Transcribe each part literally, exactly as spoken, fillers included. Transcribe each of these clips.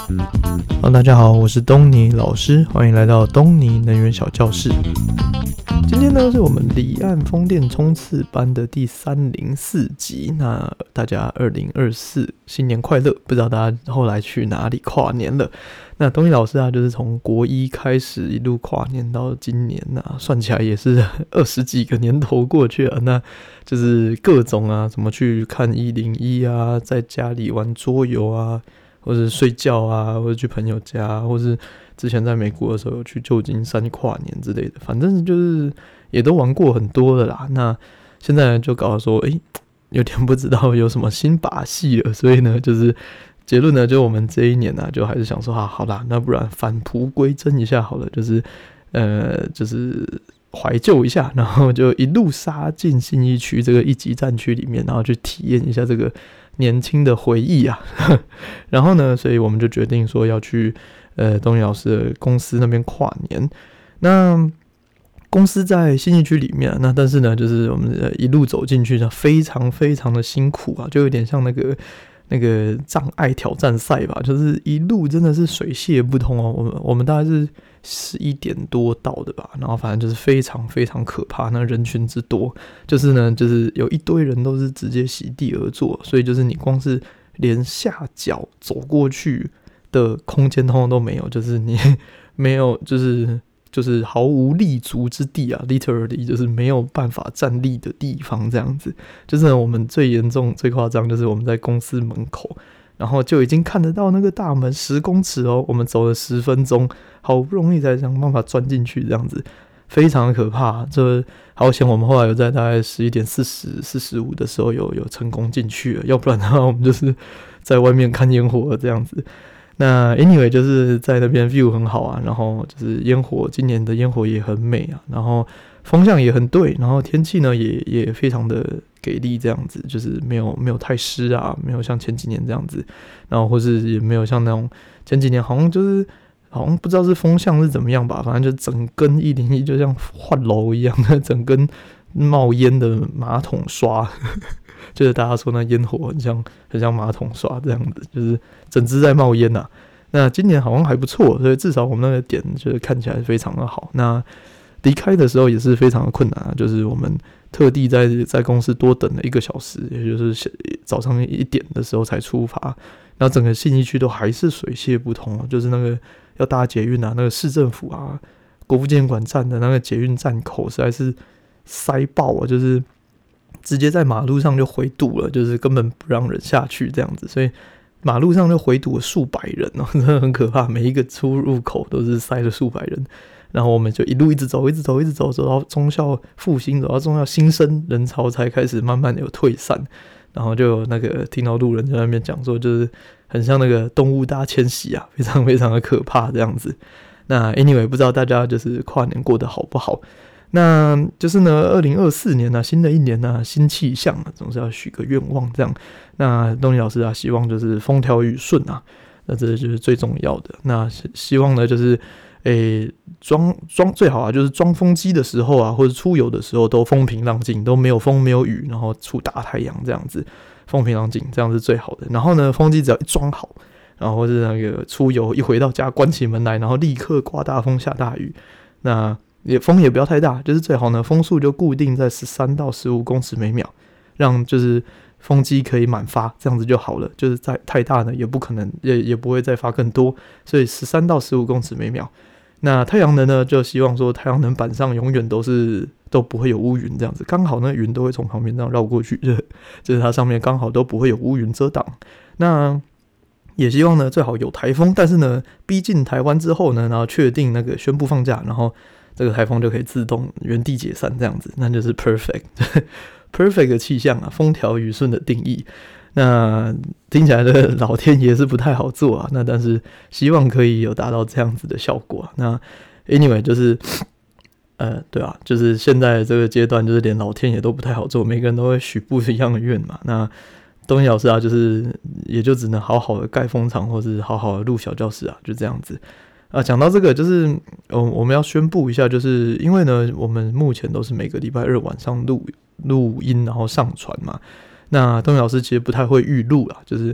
Hello， 大家好，我是东尼老师，欢迎来到东尼能源小教室。今天呢是我们离岸风电冲刺班的第三零四集。那大家二零二四新年快乐！不知道大家后来去哪里跨年了？那东尼老师啊，就是从国一开始一路跨年到今年啊，算起来也是二十几个年头过去了。那就是各种啊，怎么去看一零一啊，在家里玩桌游啊，或者睡觉啊，或者去朋友家，或是之前在美国的时候有去旧金山跨年之类的，反正就是也都玩过很多了啦。那现在就搞得说，哎、欸，有点不知道有什么新把戏了，所以呢，就是结论呢，就我们这一年啊，就还是想说啊，好啦，那不然返璞归真一下好了，就是呃，就是怀旧一下，然后就一路杀进信义区这个一级战区里面，然后去体验一下这个年轻的回忆啊。然后呢，所以我们就决定说要去呃东尼老师的公司那边跨年。那公司在信义区里面，那但是呢，就是我们一路走进去，非常非常的辛苦啊，就有点像那个那个障碍挑战赛吧，就是一路真的是水泄不通哦。我们我们大概是十一点多到的吧，然后反正就是非常非常可怕，那人群之多，就是呢，就是有一堆人都是直接席地而坐，所以就是你光是连下脚走过去的空间通通都没有，就是你没有，就是就是毫无立足之地啊 ，literally 就是没有办法站立的地方，这样子。就是呢，我们最严重、最夸张，就是我们在公司门口，然后就已经看得到那个大门十公尺哦，我们走了十分钟，好不容易才想办法钻进去，这样子非常的可怕。这好险，我们后来有在大概十一点四十、四十五的时候有有成功进去了，要不然的话，我们就是在外面看烟火这样子。那 anyway 就是在那边 view 很好啊，然后就是烟火，今年的烟火也很美啊，然后风向也很对，然后天气呢也也非常的给力，这样子就是没有没有太湿啊，没有像前几年这样子，然后或是也没有像那种前几年好像就是好像不知道是风向是怎么样吧，反正就整根一零一就像换楼一样的，整根冒烟的马桶刷。就是大家说那烟火很像很像马桶刷这样子，就是整支在冒烟呐、啊。那今年好像还不错，所以至少我们那个点就是看起来非常的好。那离开的时候也是非常的困难啊，就是我们特地在在公司多等了一个小时，也就是早上一点的时候才出发。然后整个信义区都还是水泄不通，就是那个要搭捷运啊，那个市政府啊、国父纪念馆站的那个捷运站口实在是塞爆啊，就是直接在马路上就回堵了，就是根本不让人下去这样子，所以马路上就回堵了数百人哦，真的很可怕，每一个出入口都是塞了数百人。然后我们就一路一直走，一直走，一直走，走到忠孝复兴，走到忠孝新生，人潮才开始慢慢的有退散。然后就有那个听到路人在那边讲说，就是很像那个动物大迁徙啊，非常非常的可怕这样子。那 anyway 不知道大家就是跨年过得好不好？那就是呢，二零二四年啊，新的一年啊，新气象啊，总是要许个愿望这样。那东尼老师啊，希望就是风调雨顺啊，那这就是最重要的。那希望呢，就是诶装装最好啊，就是装风机的时候啊，或者出游的时候都风平浪静，都没有风没有雨，然后出大太阳这样子，风平浪静，这样是最好的。然后呢，风机只要一装好，然后或是那个出游一回到家关起门来，然后立刻刮大风下大雨，那也风也不要太大，就是最好呢，风速就固定在十三到十五公尺每秒，让就是风机可以满发，这样子就好了。就是再太大呢，也不可能，也也不会再发更多，所以十三到十五公尺每秒。那太阳能呢，就希望说太阳能板上永远都是都不会有乌云，这样子刚好呢，云都会从旁边这样绕过去，就是它上面刚好都不会有乌云遮挡。那也希望呢，最好有台风，但是呢，逼近台湾之后呢，然后确定那个宣布放假，然后这个台风就可以自动原地解散，这样子，那就是 perfect perfect 的气象啊，风调雨顺的定义。那听起来的老天爷是不太好做啊，那但是希望可以有达到这样子的效果啊。那 anyway 就是呃，对啊，就是现在这个阶段，就是连老天爷都不太好做，每个人都会许不一样的愿嘛。那东尼老师啊，就是也就只能好好的盖风场，或是好好的录小教室啊，就这样子。啊，讲到这个，就是呃，我们要宣布一下，就是因为呢，我们目前都是每个礼拜二晚上录录音，然后上传嘛。那东尼老师其实不太会预录啦，就是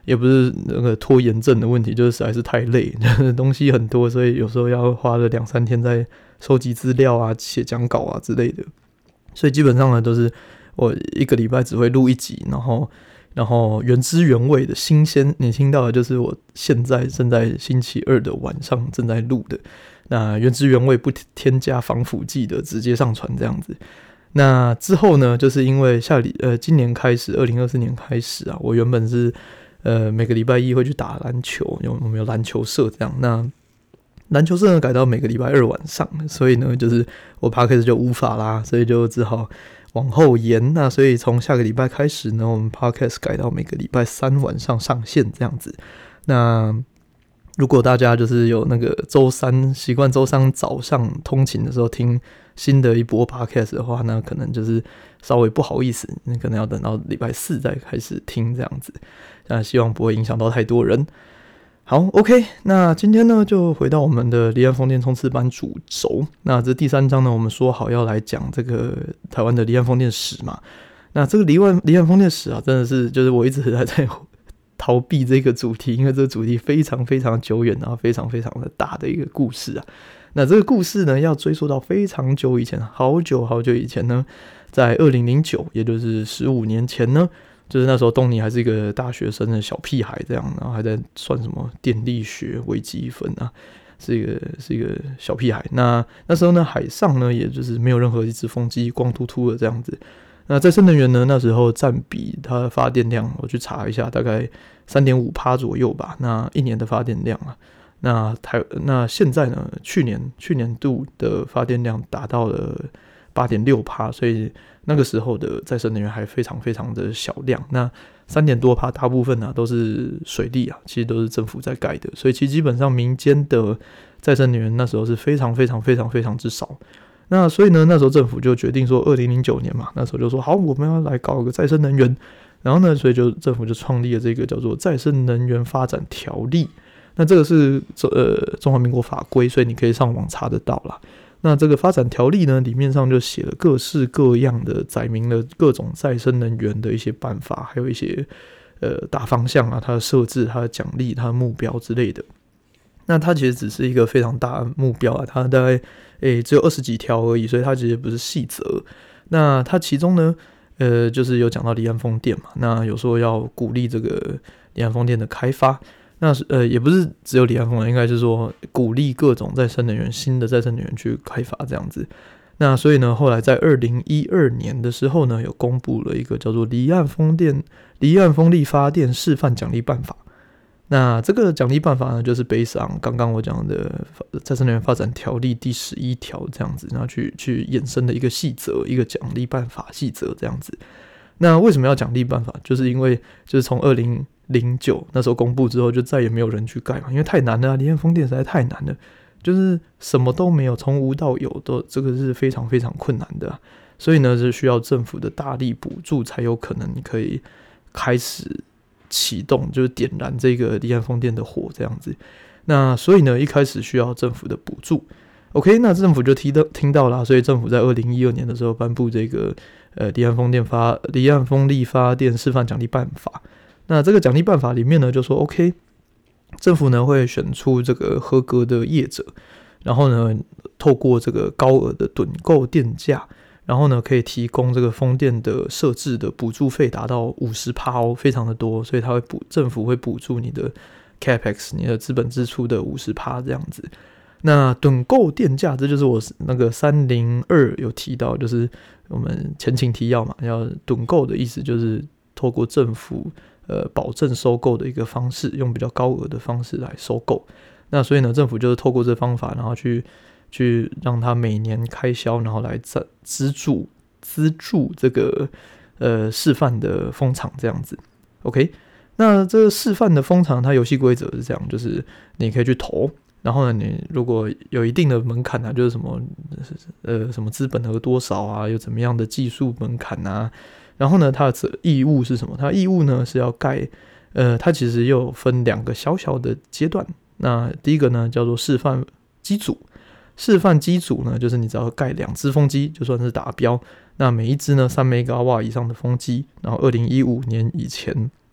也不是那个拖延症的问题，就是实在是太累，东西很多，所以有时候要花了两三天在收集资料啊、写讲稿啊之类的。所以基本上呢，都是我一个礼拜只会录一集，然后然后原汁原味的新鲜，你听到的就是我现在正在星期二的晚上正在录的，那原汁原味不添加防腐剂的直接上传这样子。那之后呢，就是因为下礼呃今年开始，二零二四年开始啊，我原本是呃每个礼拜一会去打篮球，有我们有篮球社这样。那篮球社呢改到每个礼拜二晚上，所以呢就是我 podcast 就无法啦，所以就只好往后延。那所以从下个礼拜开始呢，我们 podcast 改到每个礼拜三晚上上线这样子。那如果大家就是有那个周三习惯周三早上通勤的时候听新的一波 podcast 的话，那可能就是稍微不好意思，你可能要等到礼拜四再开始听这样子。那希望不会影响到太多人。好 ，OK， 那今天呢就回到我们的离岸风电冲刺班主轴。那这第三章呢，我们说好要来讲这个台湾的离岸风电史嘛。那这个离岸离岸风电史啊，真的是就是我一直还在逃避这个主题，因为这个主题非常非常久远，然后非常非常的大的一个故事啊。那这个故事呢，要追溯到非常久以前，好久好久以前呢，在二零零九，也就是十五年前呢。就是那时候东尼还是一个大学生的小屁孩这样，然后还在算什么电力学微积分啊，是一个是一个小屁孩。那那时候呢，海上呢也就是没有任何一只风机，光秃秃的这样子。那再生能源呢，那时候占比它的发电量，我去查一下，大概 百分之三点五 左右吧。那一年的发电量啊，那台那现在呢，去年去年度的发电量达到了 百分之八点六， 所以那个时候的再生能源还非常非常的小量。那三点多%大部分啊都是水利啊，其实都是政府在盖的，所以其实基本上民间的再生能源那时候是非常非常非常非常之少。那所以呢，那时候政府就决定说，二零零九年嘛，那时候就说好，我们要来搞一个再生能源。然后呢，所以就政府就创立了这个叫做再生能源发展条例。那这个是呃中华民国法规，所以你可以上网查得到啦。那这个发展条例呢，里面上就写了各式各样的，载明了各种再生能源的一些办法，还有一些呃大方向啊，它的设置、它的奖励、它的目标之类的。那它其实只是一个非常大的目标啊，它大概诶只有二十几条而已，所以它其实不是细则。那它其中呢，呃，就是有讲到离岸风电嘛，那有说要鼓励这个离岸风电的开发。那呃也不是只有离岸风电，应该是说鼓励各种再生能源、新的再生能源去开发这样子。那所以呢，后来在二零一二年的时候呢，有公布了一个叫做离岸风电、离岸风力发电示范奖励办法。那这个奖励办法呢，就是 based on 刚刚我讲的再生能源发展条例第十一条这样子，然后去去衍生的一个细则，一个奖励办法细则这样子。那为什么要奖励办法？就是因为就是从二零零九那时候公布之后，就再也没有人去盖嘛，因为太难了、啊，离岸风电实在太难了，就是什么都没有，从无到有都这个是非常非常困难的、啊，所以呢是需要政府的大力补助才有可能你可以开始启动，就是点燃这个离岸风电的火这样子。那所以呢一开始需要政府的补助。OK， 那政府就听到听到了，所以政府在二零一二年的时候颁布这个呃离岸风电发离岸风力发电示范奖励办法。那这个奖励办法里面呢，就说 OK， 政府呢会选出这个合格的业者，然后呢透过这个高额的趸购电价，然后呢可以提供这个风电的设置的补助费达到 百分之五十 哦，非常的多，所以它会补政府会补助你的 Capex 你的资本支出的 百分之五十 这样子。那趸购电价，这就是我那个三零二有提到，就是我们前情提要嘛，要趸购的意思就是透过政府呃保证收购的一个方式，用比较高额的方式来收购。那所以呢，政府就是透过这方法，然后去去让它每年开销，然后来资助资助这个呃示范的风场这样子。OK， 那这个示范的风场，它游戏规则是这样，就是你可以去投。然后呢，你如果有一定的门槛啊，就是什么呃什么资本额多少啊，有怎么样的技术门槛啊，然后呢，它的义务是什么？它的义务呢是要盖，呃，它其实又分两个小小的阶段。那第一个呢叫做示范机组，示范机组呢就是你只要盖两只风机就算是达标。那每一只呢三 ಮೆಗಾ瓦 以上的风机，然后二零一五年以前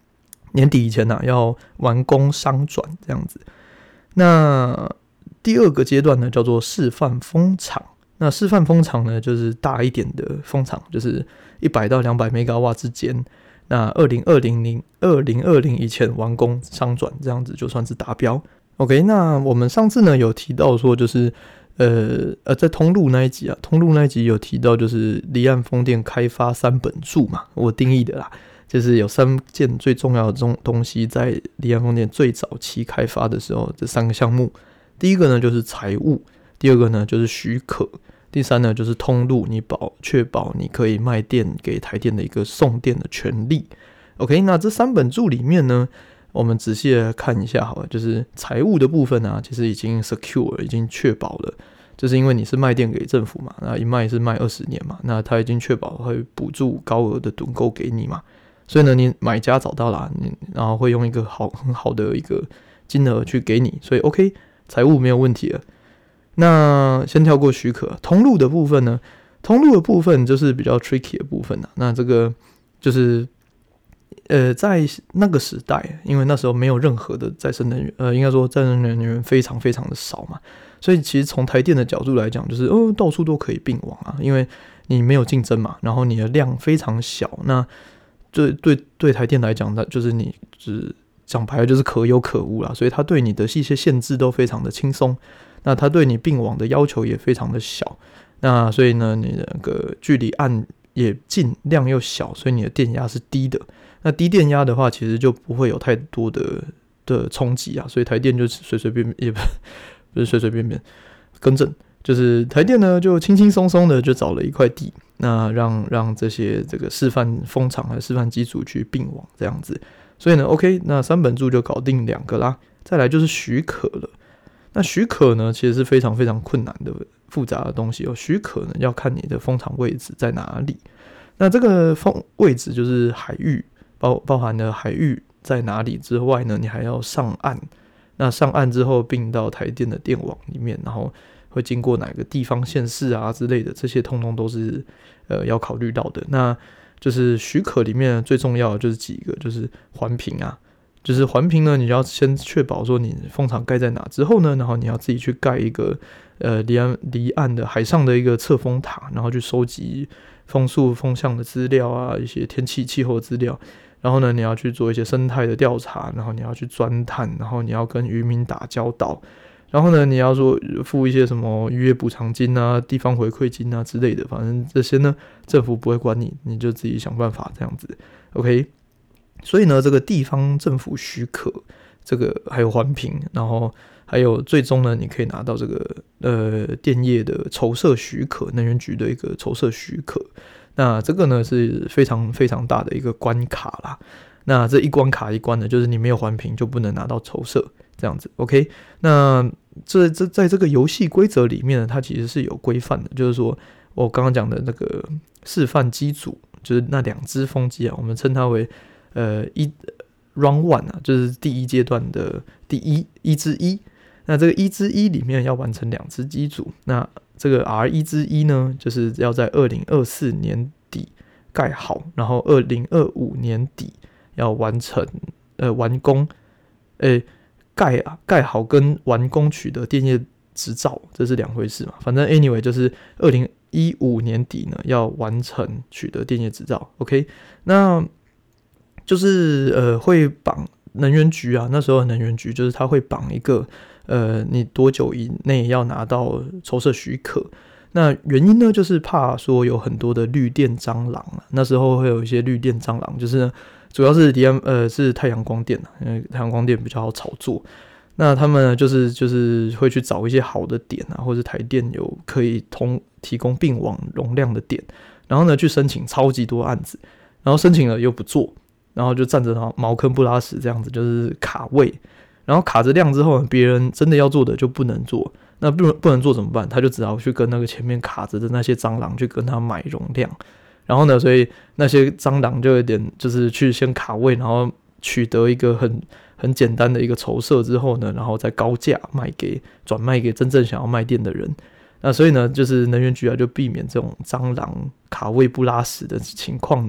年底以前呢、啊、要完工商转这样子。那第二个阶段呢叫做示范风场。那示范风场呢就是大一点的风场，就是一百到两百 兆瓦之间。那二零二零以前完工商转，这样子就算是达标。OK， 那我们上次呢有提到说，就是呃呃，在通路那一集啊，通路那一集有提到，就是离岸风电开发三本柱嘛，我定义的啦，就是有三件最重要的东西，在离岸风电最早期开发的时候，这三个项目，第一个呢就是财务，第二个呢就是许可，第三呢就是通路，你保确保你可以卖电给台电的一个送电的权利。OK， 那这三本柱里面呢，我们仔细的看一下好了，就是财务的部分啊，其实已经 secure 已经确保了，就是因为你是卖电给政府嘛，那一卖是卖二十年嘛，那他已经确保会补助高额的趸购给你嘛，所以呢，你买家找到了，你然后会用一个好很好的一个金额去给你，所以 OK， 财务没有问题了。那先跳过许可，通路的部分呢，通路的部分就是比较 tricky 的部分啊，那这个就是。呃，在那个时代，因为那时候没有任何的再生能源，呃，应该说再生能源非常非常的少嘛，所以其实从台电的角度来讲，就是哦，到处都可以并网啊，因为你没有竞争嘛，然后你的量非常小，那对对对台电来讲，那就是你就是讲白了就是可有可无啦，所以它对你的一些限制都非常的轻松，那它对你并网的要求也非常的小，那所以呢，你的那个距离岸也近，量又小，所以你的电压是低的。那低电压的话，其实就不会有太多的的冲击啊，所以台电就随随便便，也不是随随便便，更正，就是台电呢就轻轻松松的就找了一块地，那让让这些这个示范风场和示范机组去并网这样子，所以呢 ，OK， 那三本柱就搞定两个啦，再来就是许可了。那许可呢，其实是非常非常困难的复杂的东西哦。许可呢，要看你的风场位置在哪里。那这个风位置就是海域。包包含了海域在哪里之外呢，你还要上岸。那上岸之后并到台电的电网里面，然后会经过哪个地方县市啊之类的，这些通通都是呃要考虑到的。那就是许可里面最重要的就是几个，就是环评啊，就是环评呢，你要先确保说你风场盖在哪之后呢，然后你要自己去盖一个呃离岸离岸的海上的一个测风塔，然后去收集风速风向的资料啊，一些天气气候的资料。然后呢，你要去做一些生态的调查，然后你要去钻探，然后你要跟渔民打交道，然后呢，你要说付一些什么渔业补偿金啊、地方回馈金啊之类的，反正这些呢，政府不会管你，你就自己想办法这样子。OK， 所以呢，这个地方政府许可，这个还有环评，然后还有最终呢，你可以拿到这个呃电业的筹设许可，能源局的一个筹设许可。那这个呢是非常非常大的一个关卡啦。那这一关卡一关的，就是你没有环评就不能拿到筹设这样子。OK， 那这这在这个游戏规则里面呢，它其实是有规范的，就是说我刚刚讲的那个示范机组，就是那两只风机啊，我们称它为呃一 round one 啊，就是第一阶段的第一一之一。那这个一之一里面要完成两只机组，那这个 R 一之一呢，就是要在二零二四年底盖好，然后二零二五年底要完成呃完工，诶盖啊盖好跟完工取得电业执照，这是两回事嘛。反正 anyway 就是二零一五年底呢要完成取得电业执照。OK， 那就是呃会绑能源局啊，那时候能源局就是他会绑一个。呃，你多久以内要拿到筹设许可？那原因呢，就是怕说有很多的绿电蟑螂啊，那时候会有一些绿电蟑螂，就是呢主要是离岸呃是太阳光电啊，因为太阳光电比较好炒作。那他们呢就是就是会去找一些好的点啊，或者台电有可以通提供并网容量的点，然后呢去申请超级多案子，然后申请了又不做，然后就站着茅坑不拉屎这样子，就是卡位。然后卡着量之后，别人真的要做的就不能做，那不能不能做怎么办？他就只好去跟那个前面卡着的那些蟑螂去跟他买容量，然后呢，所以那些蟑螂就有点就是去先卡位，然后取得一个很很简单的一个筹设之后呢，然后再高价卖给转卖给真正想要卖电的人。那所以呢，就是能源局啊就避免这种蟑螂卡位不拉屎的情况呢，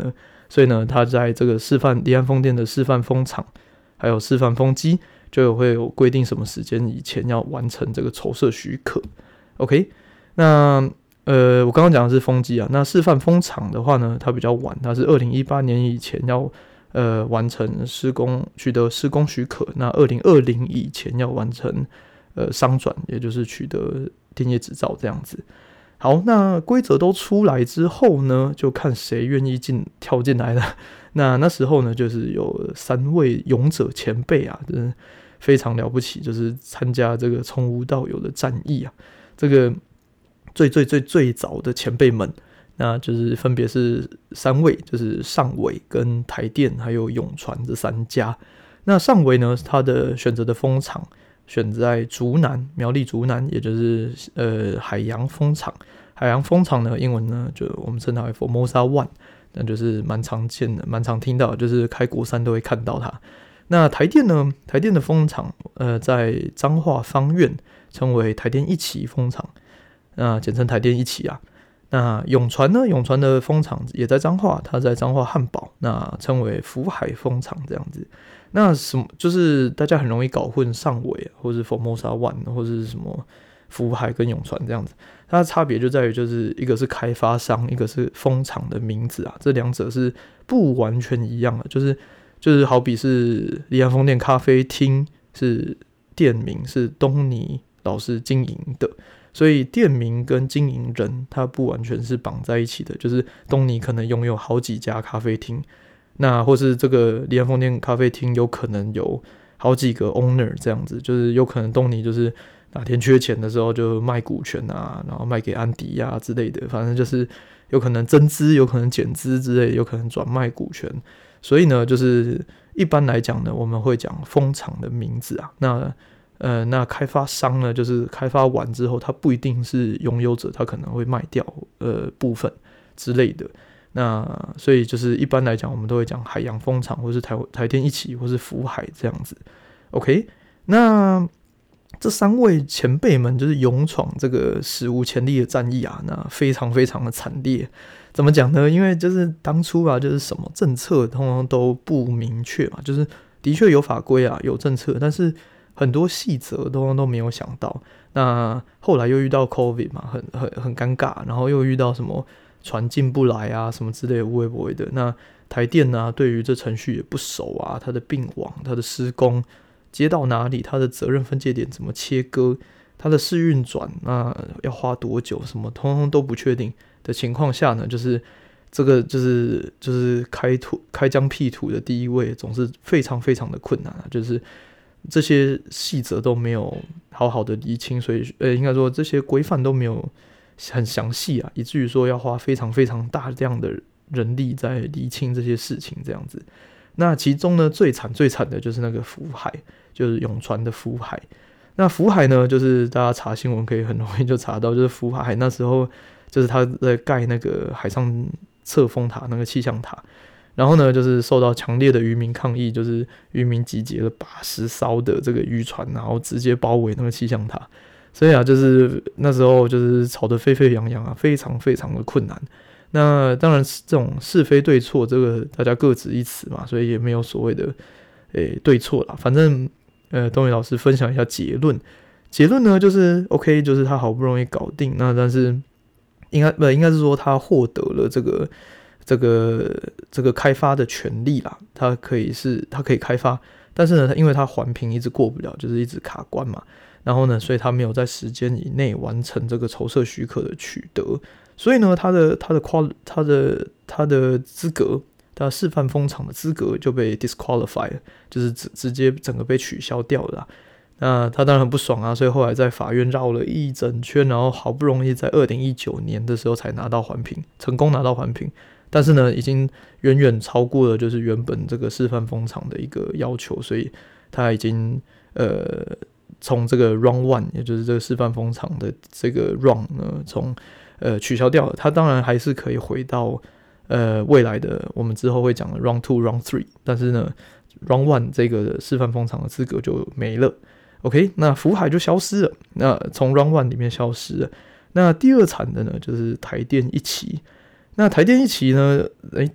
所以呢，他在这个示范离岸风电的示范风场，还有示范风机，就会有规定什么时间以前要完成这个筹设许可。OK， 那呃，我刚刚讲的是风机啊，那示范风场的话呢，它比较晚，它是二零一八年以前要呃完成施工，取得施工许可，那二零二零以前要完成呃商转，也就是取得电业执照这样子。好，那规则都出来之后呢，就看谁愿意进跳进来了。那那时候呢，就是有三位勇者前辈啊，真的非常了不起，就是参加这个从无到有的战役啊。这个最最最最早的前辈们，那就是分别是三位，就是上尾跟台电还有永传这三家。那上尾呢，他的选择的风场选在竹南，苗栗竹南，也就是呃海洋风场。海洋风场呢，英文呢就我们称它为 Formosa One， 那就是蛮常见的，蛮常听到的，就是开国山都会看到它。那台电呢，台电的风场呃在彰化芳苑，称为台电一期风场，那简称台电一期啊。那永传呢，永传的风场也在彰化，它在彰化汉堡，那称为福海风场这样子。那什么就是大家很容易搞混上尾，或是 Formosa One， 或是什么福海跟永传这样子，它的差别就在于就是一个是开发商，一个是风场的名字啊，这两者是不完全一样的，就是就是好比是离岸风电咖啡厅是店名是东尼老师经营的，所以店名跟经营人它不完全是绑在一起的，就是东尼可能拥有好几家咖啡厅。那或是这个离岸风电咖啡厅有可能有好几个 owner 这样子，就是有可能东尼就是哪天缺钱的时候就卖股权啊，然后卖给安迪啊之类的，反正就是有可能增资，有可能减资之类的，有可能转卖股权。所以呢，就是一般来讲呢，我们会讲风场的名字啊。那呃，那开发商呢，就是开发完之后，他不一定是拥有者，他可能会卖掉呃部分之类的。那所以就是一般来讲，我们都会讲海洋风场，或是 台, 台电一期，或是福海这样子。OK， 那这三位前辈们就是勇闯这个史无前例的战役啊，那非常非常的惨烈。怎么讲呢？因为就是当初啊，就是什么政策通常都不明确嘛，就是的确有法规啊，有政策，但是很多细则通常都没有想到。那后来又遇到 COVID 嘛，很很很尴尬，然后又遇到什么船进不来啊，什么之类的无微不微的。那台电呢、啊，对于这程序也不熟啊，它的并网、它的施工接到哪里，它的责任分界点怎么切割，它的试运转那要花多久，什么通通都不确定的情况下呢，就是这个就是就是开土开疆辟土的第一位，总是非常非常的困难啊，就是这些细则都没有好好的厘清，所以呃，应该说这些规范都没有很详细啊，以至于说要花非常非常大量的人力在厘清这些事情这样子。那其中呢，最惨最惨的就是那个福海，就是永传的福海。那福海呢，就是大家查新闻可以很容易就查到，就是福海那时候就是他在盖那个海上测风塔那个气象塔，然后呢，就是受到强烈的渔民抗议，就是渔民集结了八十艘的这个渔船，然后直接包围那个气象塔。所以啊，就是那时候就是吵得沸沸扬扬啊，非常非常的困难。那当然，这种是非对错，这个大家各执一词嘛，所以也没有所谓的诶对错啦。反正呃，东宇老师分享一下结论。结论呢，就是 OK， 就是他好不容易搞定，那但是应该不应该是说他获得了这个这个这个开发的权利啦，他可以是他可以开发，但是呢，因为他环评一直过不了，就是一直卡关嘛。然后呢，所以他没有在时间以内完成这个筹设许可的取得，所以呢，他的他的他的他的资格，他的示范风场的资格就被 disqualify 了，就是直直接整个被取消掉了啦。那他当然很不爽啊，所以后来在法院绕了一整圈，然后好不容易在二零一九年的时候才拿到环评，成功拿到环评。但是呢，已经远远超过了就是原本这个示范风场的一个要求，所以他已经呃。从这个 Round One， 也就是这个示范风场的这个 Round 呢，从呃取消掉了，它当然还是可以回到呃未来的我们之后会讲的 Round Two、Round Three， 但是呢 Round One 这个示范风场的资格就没了。OK， 那福海就消失了，那从 Round One 里面消失了。那第二惨的呢，就是台电一期。那台电一期呢，哎，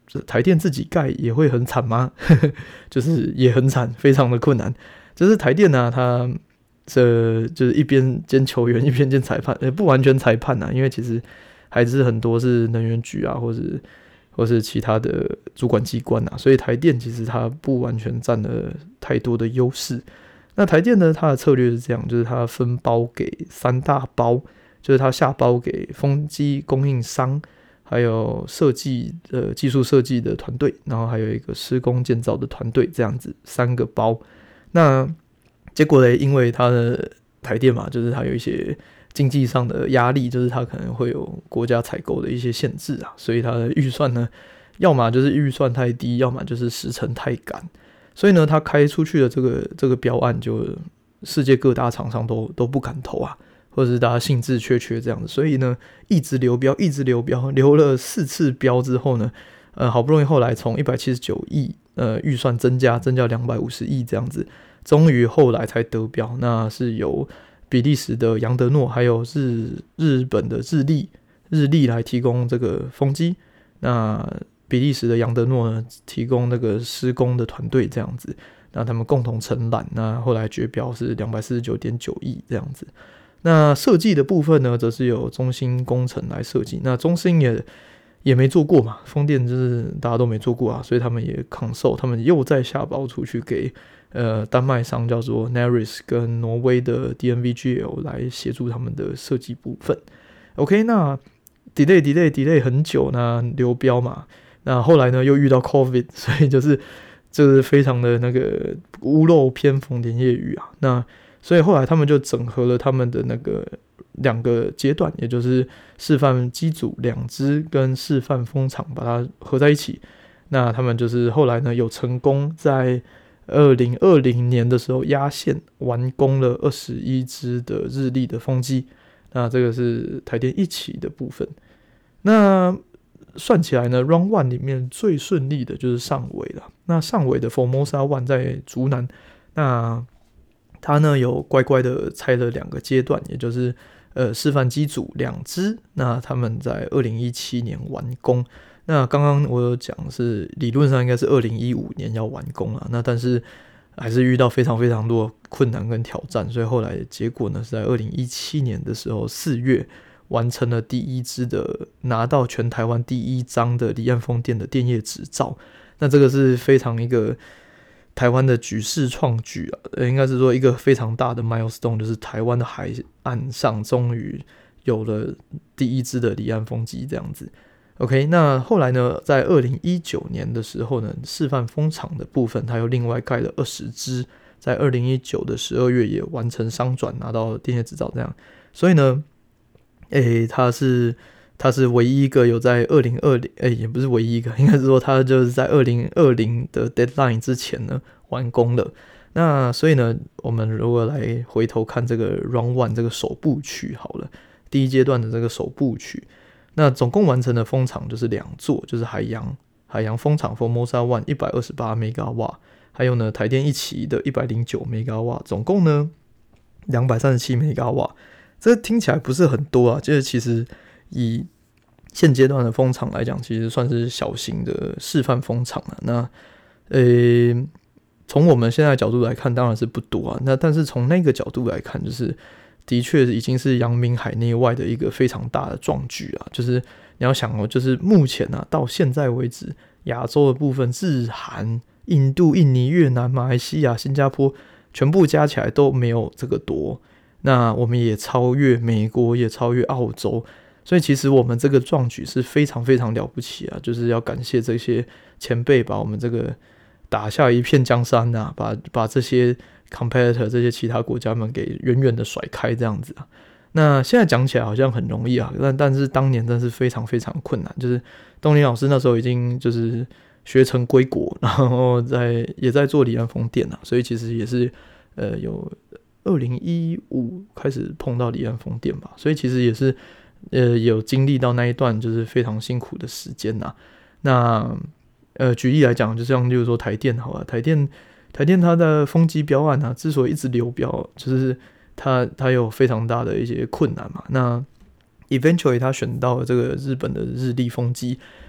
台电自己盖也会很惨吗？就是也很惨，非常的困难。就是台电呢、啊，它这就是一边兼球员一边兼裁判，也不完全裁判啊，因为其实还是很多是能源局啊，或是或是其他的主管机关啊，所以台电其实它不完全占了太多的优势。那台电呢，它的策略是这样，就是它分包给三大包，就是它下包给风机供应商，还有设计的技术设计的团队，然后还有一个施工建造的团队，这样子三个包。那结果呢，因为它的台电嘛，就是它有一些经济上的压力，就是它可能会有国家采购的一些限制啊，所以它的预算呢，要么就是预算太低，要么就是时程太赶，所以呢，它开出去的这个这个标案，就世界各大厂商都都不敢投啊，或者是大家兴致缺缺这样子，所以呢，一直流标，一直流标，流了四次标之后呢，呃，好不容易后来从一百七十九亿呃预算增加，增加两百五十亿这样子。终于后来才得标，那是由比利时的杨德诺还有日日本的日立日立来提供这个风机，那比利时的杨德诺呢提供那个施工的团队这样子，那他们共同承揽，那后来决标是两百四十九点九亿这样子。那设计的部分呢，则是由中兴工程来设计，那中兴也也没做过嘛，风电就是大家都没做过啊，所以他们也抗受，他们又再下包出去给呃丹麦商叫做 Naris 跟挪威的 D N V G L 来协助他们的设计部分。OK， 那 delay delay delay 很久，那流标嘛，那后来呢又遇到 COVID， 所以就是就是非常的那个屋漏偏逢连夜雨啊，那所以后来他们就整合了他们的那个两个阶段，也就是示范机组两支跟示范风场把它合在一起。那他们就是后来呢有成功在二零二零年的时候压线完工了二十一支的日立的风机。那这个是台电一期的部分。那算起来呢 Round One 里面最顺利的就是上尾了。那上尾的 Formosa One 在竹南，那他呢有乖乖的拆了两个阶段，也就是呃示范机组两支，那他们在二零一七年完工。那刚刚我有讲是理论上应该是二零一五年要完工啊，那但是还是遇到非常非常多困难跟挑战，所以后来的结果呢是在二零一七年的时候四月完成了第一支的拿到全台湾第一张的离岸风电的电业执照。那这个是非常一个台湾的举世创举啊，应该是说一个非常大的 milestone， 就是台湾的海岸上终于有了第一支的离岸风机这样子。OK， 那后来呢，在二零一九年的时候呢，示范风场的部分，它又另外盖了二十支，在二零一九的十二月也完成商转，拿到电业执照这样。所以呢，诶，它是它是唯一一个有在二零二零，诶，也不是唯一一个，应该是说它就是在二零二零的 deadline 之前呢完工了。那所以呢，我们如果来回头看这个 Round One 这个首部曲好了，第一阶段的这个首部曲。那总共完成的风场就是两座，就是海洋海洋风场 Formosa One 一百二十八 MW， 还有呢台电一期的一百零九 MW， 总共呢两百三十七 MW。这听起来不是很多啊，就是其实以现阶段的风场来讲，其实算是小型的示范风场啊。那呃，从我们现在的角度来看，当然是不多啊。那但是从那个角度来看，就是的确已经是阳明海内外的一个非常大的壮举啊！就是你要想哦，就是目前啊，到现在为止，亚洲的部分，日韩、印度、印尼、越南、马来西亚、新加坡，全部加起来都没有这个多。那我们也超越美国，也超越澳洲，所以其实我们这个壮举是非常非常了不起啊！就是要感谢这些前辈把我们这个打下一片江山啊，把把这些competitor 这些其他国家们给远远的甩开这样子啊。那现在讲起来好像很容易啊，但但是当年真是非常非常困难。就是东尼老师那时候已经就是学成归国，然后在也在做离岸风电啊，所以其实也是呃有二零一五开始碰到离岸风电吧，所以其实也是呃有经历到那一段就是非常辛苦的时间啊。那呃举例来讲，就像例如说台电好了，台电。台电它的风机标案啊，之所以一直流标，就是它它有非常大的一些困难嘛。那 eventually 它选到了这个日本的日立风机，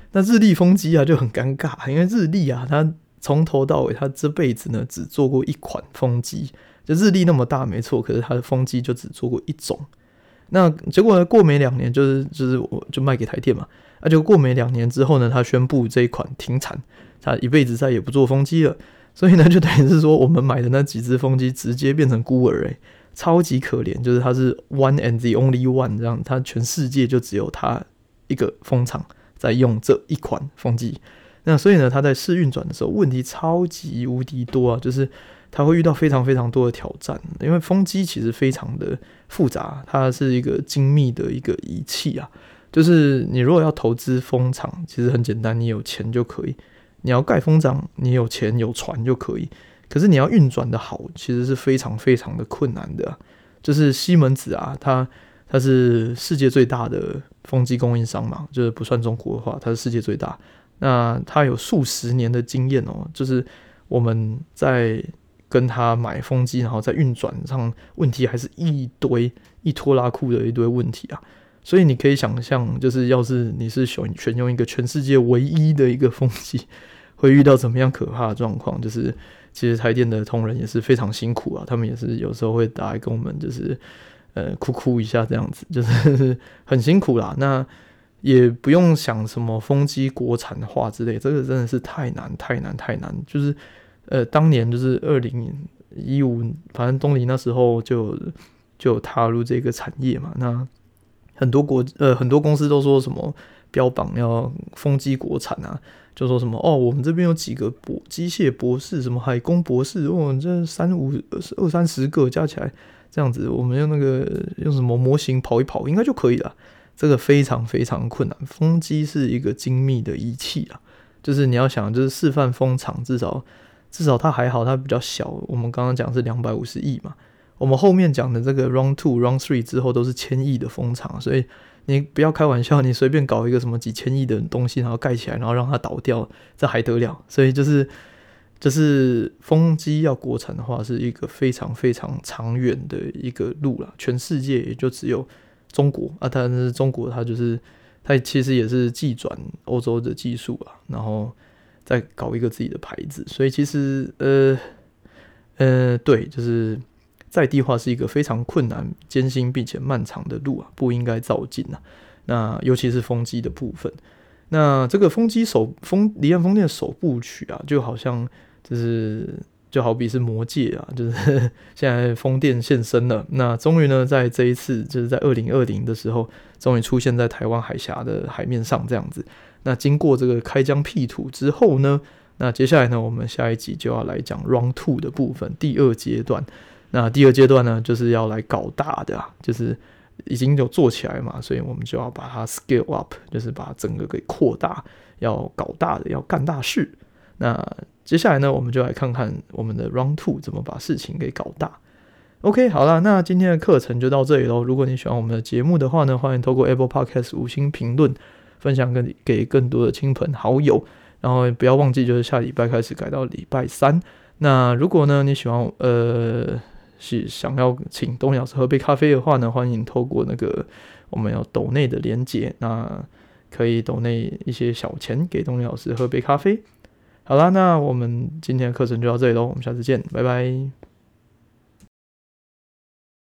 那日立风机啊就很尴尬，因为日立啊，它从头到尾，它这辈子呢只做过一款风机，就日立那么大没错，可是它的风机就只做过一种。那结果呢，过没两年就是就是我就卖给台电嘛，那、啊、就过没两年之后呢，他宣布这一款停产，他一辈子再也不做风机了。所以呢，就等于是说我们买的那几只风机直接变成孤儿、欸，超级可怜，就是它是 one and the only one 这样，它全世界就只有它一个风场在用这一款风机。那所以呢，它在试运转的时候问题超级无敌多啊，就是它会遇到非常非常多的挑战，因为风机其实非常的复杂，它是一个精密的一个仪器啊。就是你如果要投资风场，其实很简单，你有钱就可以。你要盖风场，你有钱有船就可以。可是你要运转的好，其实是非常非常的困难的、啊。就是西门子啊，它它是世界最大的风机供应商嘛，就是不算中国的话，它是世界最大。那它有数十年的经验哦，就是我们在跟他买风机，然后在运转上问题还是一堆一拖拉库的一堆问题啊。所以你可以想象，就是要是你是选选用一个全世界唯一的一个风机，会遇到怎么样可怕的状况？就是其实台电的同仁也是非常辛苦啊，他们也是有时候会打来跟我们就是呃哭哭一下这样子，就是很辛苦啦。那也不用想什么风机国产化之类，这个真的是太难太难太难。就是呃当年就是二零一五，反正东尼那时候就就有踏入这个产业嘛，那。很多国呃很多公司都说什么标榜要风机国产啊，就说什么哦，我们这边有几个博机械博士，什么海工博士，哦，这三五二三十个加起来这样子，我们用那个用什么模型跑一跑，应该就可以了。这个非常非常困难，风机是一个精密的仪器啊，就是你要想，就是示范风场，至少至少它还好，它比较小。我们刚刚讲是两百五十亿嘛。我们后面讲的这个 round two round three 之后都是千亿的风场，所以你不要开玩笑，你随便搞一个什么几千亿的东西，然后盖起来，然后让它倒掉，这还得了？所以就是就是风机要国产的话，是一个非常非常长远的一个路啦。全世界也就只有中国啊，但是中国它就是它其实也是技转欧洲的技术啊，然后再搞一个自己的牌子，所以其实呃呃对，就是。在地化是一个非常困难、艰辛并且漫长的路啊，不应该躁进啊。那尤其是风机的部分，那这个风机首风离岸风电的首部曲啊，就好像就是就好比是魔戒啊，就是现在风电现身了。那终于呢，在这一次就是在二零二零的时候，终于出现在台湾海峡的海面上这样子。那经过这个开疆辟土之后呢，那接下来呢，我们下一集就要来讲 round two 的部分，第二阶段。那第二阶段呢，就是要来搞大的啊，就是已经有做起来嘛，所以我们就要把它 scale up， 就是把整个给扩大，要搞大的，要干大事。那接下来呢，我们就来看看我们的 round two 怎么把事情给搞大。OK， 好啦，那今天的课程就到这里咯。如果你喜欢我们的节目的话呢，欢迎透过 Apple Podcast 五星评论，分享给更多的亲朋好友。然后不要忘记，就是下礼拜开始改到礼拜三。那如果呢，你喜欢呃。是想要请东尼老师喝杯咖啡的话呢，欢迎透过那个我们有抖内的连结，那可以抖内一些小钱给东尼老师喝杯咖啡。好啦，那我们今天的课程就到这里咯，我们下次见，拜拜。